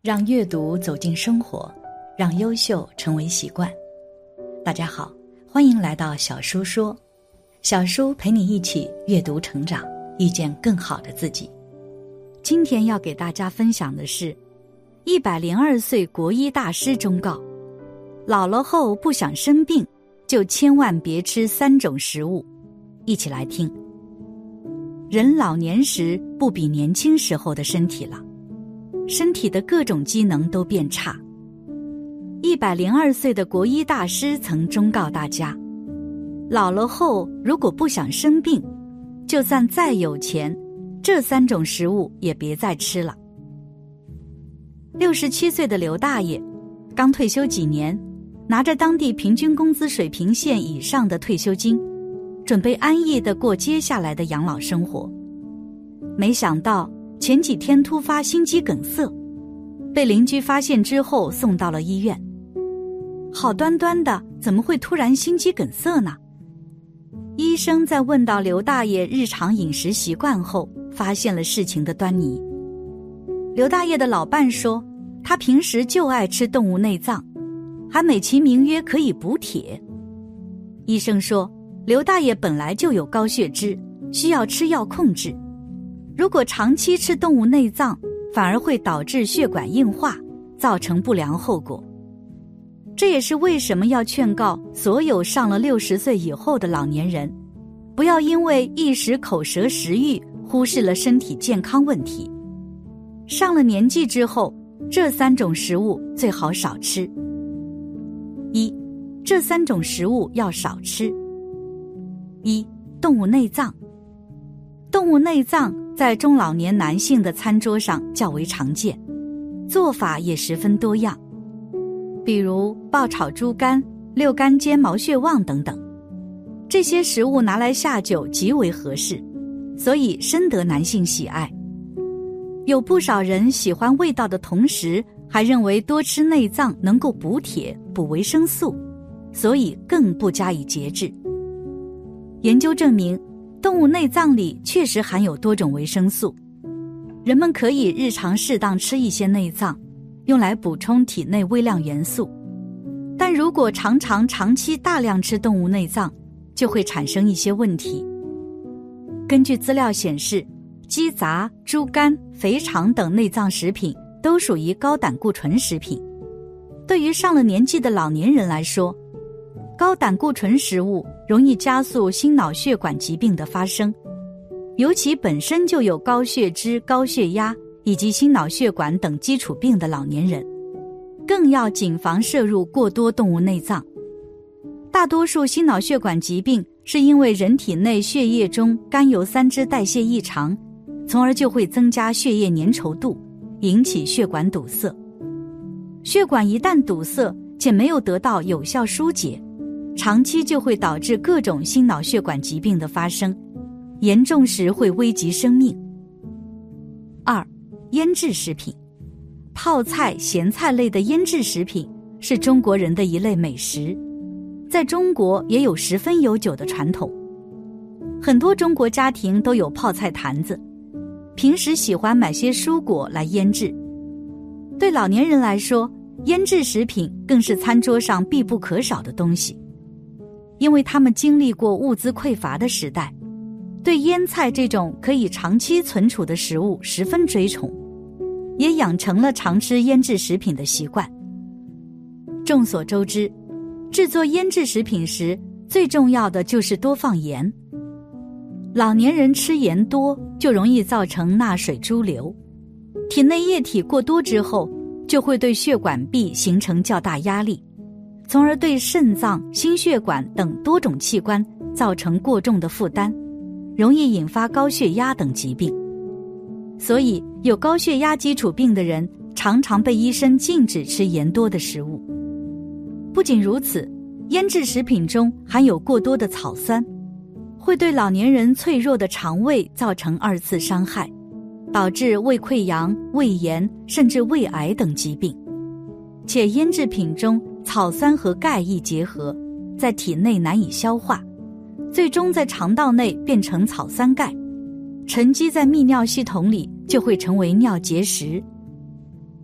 让阅读走进生活，让优秀成为习惯。大家好，欢迎来到小叔说，小叔陪你一起阅读成长，遇见更好的自己。今天要给大家分享的是102岁国医大师忠告，老了后不想生病，就千万别吃3种食物。一起来听。人老年时不比年轻时候的身体了，身体的各种机能都变差。102岁的国医大师曾忠告大家，老了后如果不想生病，就算再有钱，这3种食物也别再吃了。67岁的刘大爷刚退休几年，拿着当地平均工资水平线以上的退休金，准备安逸地过接下来的养老生活。没想到前几天突发心肌梗塞，被邻居发现之后送到了医院。好端端的，怎么会突然心肌梗塞呢？医生在问到刘大爷日常饮食习惯后，发现了事情的端倪。刘大爷的老伴说，他平时就爱吃动物内脏，还美其名曰可以补铁。医生说，刘大爷本来就有高血脂，需要吃药控制。如果长期吃动物内脏，反而会导致血管硬化，造成不良后果。这也是为什么要劝告所有上了60岁以后的老年人，不要因为一时口舌食欲，忽视了身体健康问题。上了年纪之后，这3种食物最好少吃。1. 这3种食物要少吃。1. 动物内脏。动物内脏在中老年男性的餐桌上较为常见，做法也十分多样，比如爆炒猪肝、6肝煎毛血旺等等。这些食物拿来下酒极为合适，所以深得男性喜爱。有不少人喜欢味道的同时，还认为多吃内脏能够补铁、补维生素，所以更不加以节制。研究证明，动物内脏里确实含有多种维生素，人们可以日常适当吃一些内脏，用来补充体内微量元素。但如果长期大量吃动物内脏，就会产生一些问题。根据资料显示，鸡杂、猪肝、肥肠等内脏食品都属于高胆固醇食品。对于上了年纪的老年人来说，高胆固醇食物容易加速心脑血管疾病的发生，尤其本身就有高血脂、高血压以及心脑血管等基础病的老年人，更要谨防摄入过多动物内脏。大多数心脑血管疾病是因为人体内血液中甘油三酯代谢异常，从而就会增加血液粘稠度，引起血管堵塞。血管一旦堵塞且没有得到有效疏解，长期就会导致各种心脑血管疾病的发生，严重时会危及生命。2. 腌制食品。泡菜、咸菜类的腌制食品是中国人的一类美食，在中国也有十分悠久的传统。很多中国家庭都有泡菜坛子，平时喜欢买些蔬果来腌制。对老年人来说，腌制食品更是餐桌上必不可少的东西，因为他们经历过物资匮乏的时代，对腌菜这种可以长期存储的食物十分追崇，也养成了常吃腌制食品的习惯。众所周知，制作腌制食品时最重要的就是多放盐。老年人吃盐多，就容易造成钠水潴留，体内液体过多之后，就会对血管壁形成较大压力，从而对肾脏、心血管等多种器官造成过重的负担，容易引发高血压等疾病。所以有高血压基础病的人常常被医生禁止吃盐多的食物。不仅如此，腌制食品中含有过多的草酸，会对老年人脆弱的肠胃造成2次伤害，导致胃溃疡、胃炎甚至胃癌等疾病。且腌制品中草酸和钙一结合，在体内难以消化，最终在肠道内变成草酸钙，沉积在泌尿系统里，就会成为尿结石。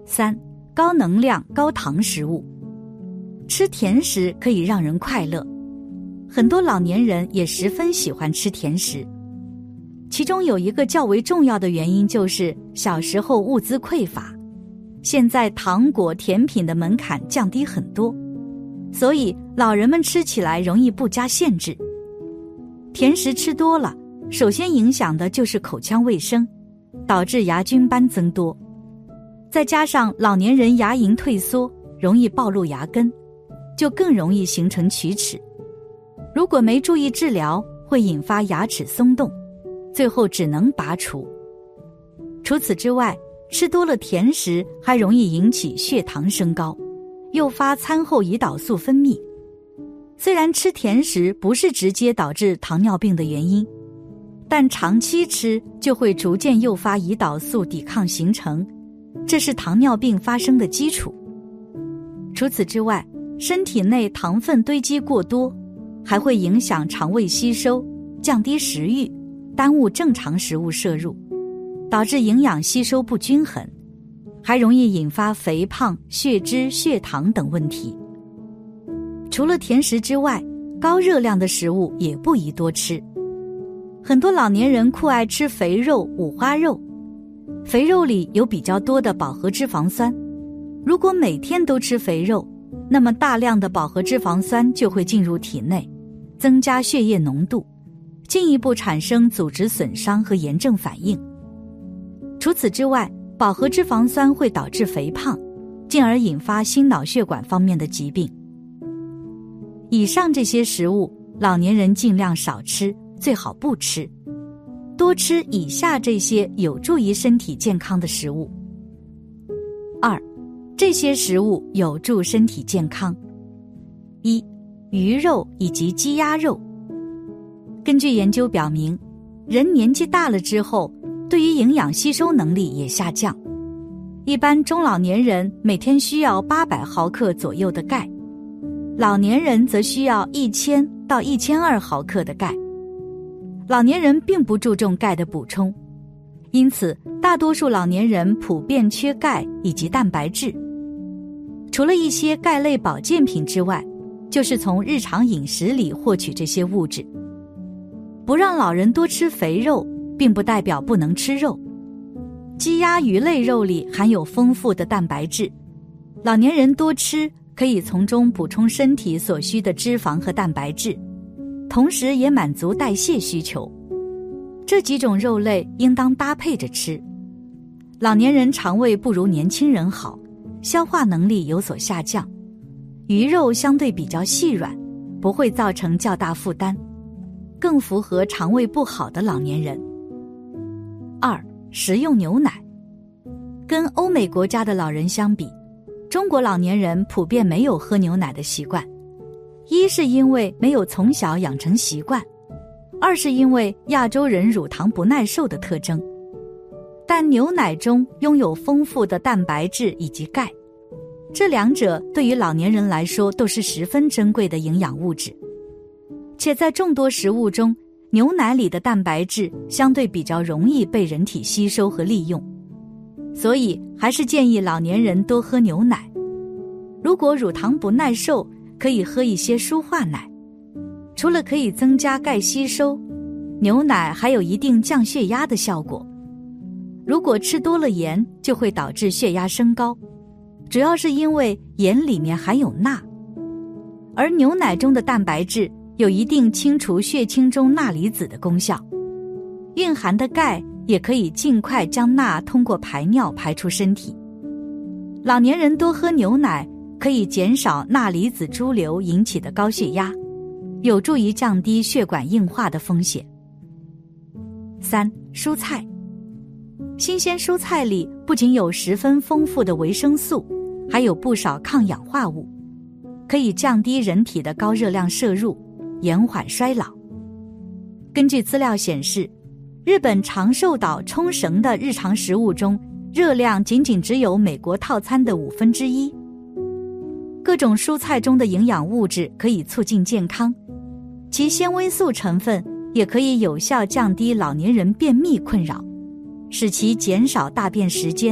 3. 高能量、高糖食物。吃甜食可以让人快乐，很多老年人也十分喜欢吃甜食。其中有一个较为重要的原因就是小时候物资匮乏，现在糖果、甜品的门槛降低很多，所以老人们吃起来容易不加限制。甜食吃多了，首先影响的就是口腔卫生，导致牙菌斑增多。再加上老年人牙龈退缩，容易暴露牙根，就更容易形成龋齿。如果没注意治疗，会引发牙齿松动，最后只能拔除。除此之外，吃多了甜食还容易引起血糖升高，诱发餐后胰岛素分泌。虽然吃甜食不是直接导致糖尿病的原因，但长期吃就会逐渐诱发胰岛素抵抗形成，这是糖尿病发生的基础。除此之外，身体内糖分堆积过多，还会影响肠胃吸收，降低食欲，耽误正常食物摄入，导致营养吸收不均衡，还容易引发肥胖、血脂、血糖等问题。除了甜食之外，高热量的食物也不宜多吃。很多老年人酷爱吃肥肉、五花肉，肥肉里有比较多的饱和脂肪酸，如果每天都吃肥肉，那么大量的饱和脂肪酸就会进入体内，增加血液浓度，进一步产生组织损伤和炎症反应。除此之外，饱和脂肪酸会导致肥胖，进而引发心脑血管方面的疾病。以上这些食物，老年人尽量少吃，最好不吃，多吃以下这些有助于身体健康的食物。2. 这些食物有助身体健康。1. 鱼肉以及鸡鸭肉。根据研究表明，人年纪大了之后，对于营养吸收能力也下降。一般中老年人每天需要800毫克左右的钙，老年人则需要1000到1200毫克的钙。老年人并不注重钙的补充，因此大多数老年人普遍缺钙以及蛋白质。除了一些钙类保健品之外，就是从日常饮食里获取这些物质。不让老人多吃肥肉，并不代表不能吃肉。鸡鸭鱼类肉里含有丰富的蛋白质，老年人多吃可以从中补充身体所需的脂肪和蛋白质，同时也满足代谢需求。这几种肉类应当搭配着吃。老年人肠胃不如年轻人好，消化能力有所下降，鱼肉相对比较细软，不会造成较大负担，更符合肠胃不好的老年人。2. 食用牛奶。跟欧美国家的老人相比，中国老年人普遍没有喝牛奶的习惯，一是因为没有从小养成习惯，二是因为亚洲人乳糖不耐受的特征。但牛奶中拥有丰富的蛋白质以及钙，这两者对于老年人来说都是十分珍贵的营养物质。且在众多食物中，牛奶里的蛋白质相对比较容易被人体吸收和利用，所以还是建议老年人多喝牛奶。如果乳糖不耐受，可以喝一些舒化奶。除了可以增加钙吸收，牛奶还有一定降血压的效果。如果吃多了盐，就会导致血压升高，主要是因为盐里面含有钠，而牛奶中的蛋白质有一定清除血清中钠离子的功效，蕴含的钙也可以尽快将钠通过排尿排出身体。老年人多喝牛奶可以减少钠离子潴留引起的高血压，有助于降低血管硬化的风险。3. 蔬菜。新鲜蔬菜里不仅有十分丰富的维生素，还有不少抗氧化物，可以降低人体的高热量摄入，延缓衰老。根据资料显示，日本长寿岛冲绳的日常食物中，热量仅只有美国套餐的1/5。各种蔬菜中的营养物质可以促进健康，其纤维素成分也可以有效降低老年人便秘困扰，使其减少大便时间，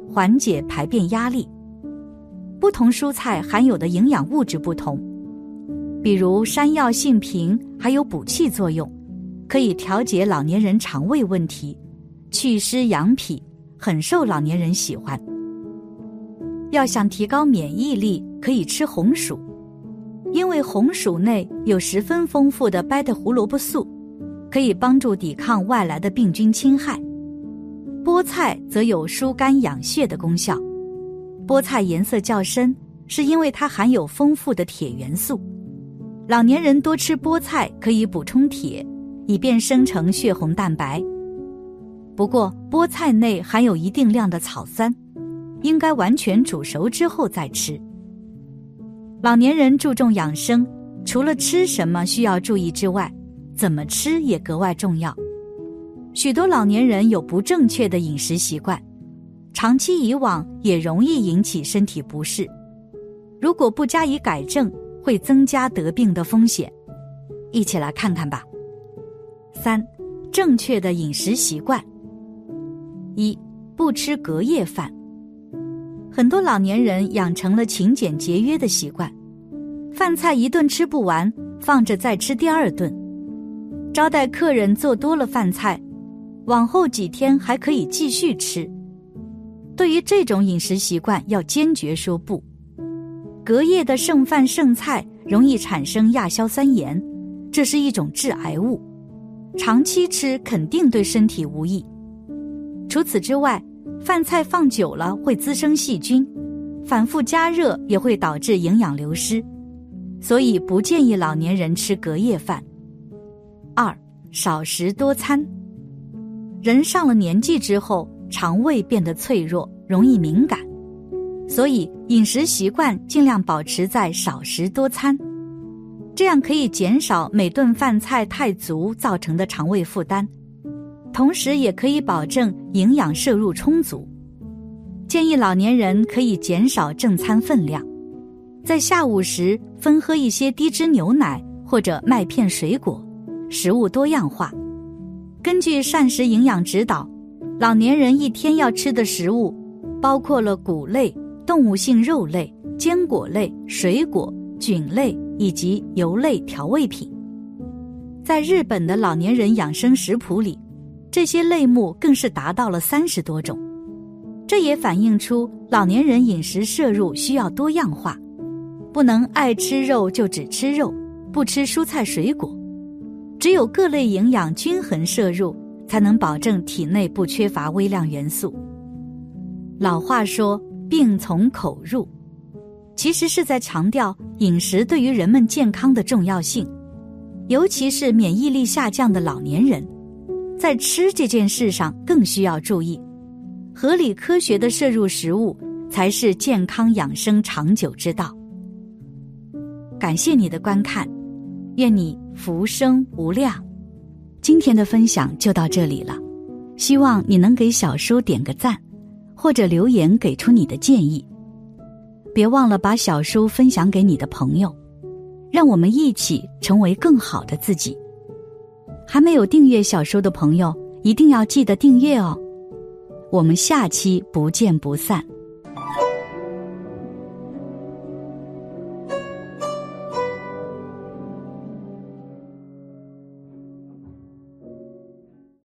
缓解排便压力。不同蔬菜含有的营养物质不同，比如山药、杏平还有补气作用，可以调节老年人肠胃问题，祛湿养脾，很受老年人喜欢。要想提高免疫力，可以吃红薯，因为红薯内有十分丰富的贝塔胡萝卜素，可以帮助抵抗外来的病菌侵害。菠菜则有疏肝养血的功效，菠菜颜色较深，是因为它含有丰富的铁元素。老年人多吃菠菜可以补充铁，以便生成血红蛋白。不过菠菜内含有一定量的草酸，应该完全煮熟之后再吃。老年人注重养生，除了吃什么需要注意之外，怎么吃也格外重要。许多老年人有不正确的饮食习惯，长期以往也容易引起身体不适。如果不加以改正，会增加得病的风险。一起来看看吧。3. 正确的饮食习惯。1. 不吃隔夜饭。很多老年人养成了勤俭节约的习惯，饭菜一顿吃不完，放着再吃第二顿。招待客人做多了饭菜，往后几天还可以继续吃。对于这种饮食习惯要坚决说不。隔夜的剩饭剩菜容易产生亚硝酸盐，这是一种致癌物，长期吃肯定对身体无益。除此之外，饭菜放久了会滋生细菌，反复加热也会导致营养流失，所以不建议老年人吃隔夜饭。2. 少食多餐。人上了年纪之后，肠胃变得脆弱，容易敏感，所以饮食习惯尽量保持在少食多餐，这样可以减少每顿饭菜太足造成的肠胃负担，同时也可以保证营养摄入充足。建议老年人可以减少正餐分量，在下午时分喝一些低脂牛奶或者麦片水果，食物多样化。根据膳食营养指导，老年人一天要吃的食物包括了谷类、动物性肉类、坚果类、水果、菌类以及油类调味品。在日本的老年人养生食谱里，这些类目更是达到了30多种。这也反映出老年人饮食摄入需要多样化，不能爱吃肉就只吃肉，不吃蔬菜水果。只有各类营养均衡摄入，才能保证体内不缺乏微量元素。老话说病从口入，其实是在强调饮食对于人们健康的重要性，尤其是免疫力下降的老年人，在吃这件事上更需要注意。合理科学的摄入食物才是健康养生长久之道。感谢你的观看，愿你福生无量。今天的分享就到这里了，希望你能给小叔点个赞，或者留言给出你的建议。别忘了把小叔分享给你的朋友，让我们一起成为更好的自己。还没有订阅小叔的朋友，一定要记得订阅哦。我们下期不见不散。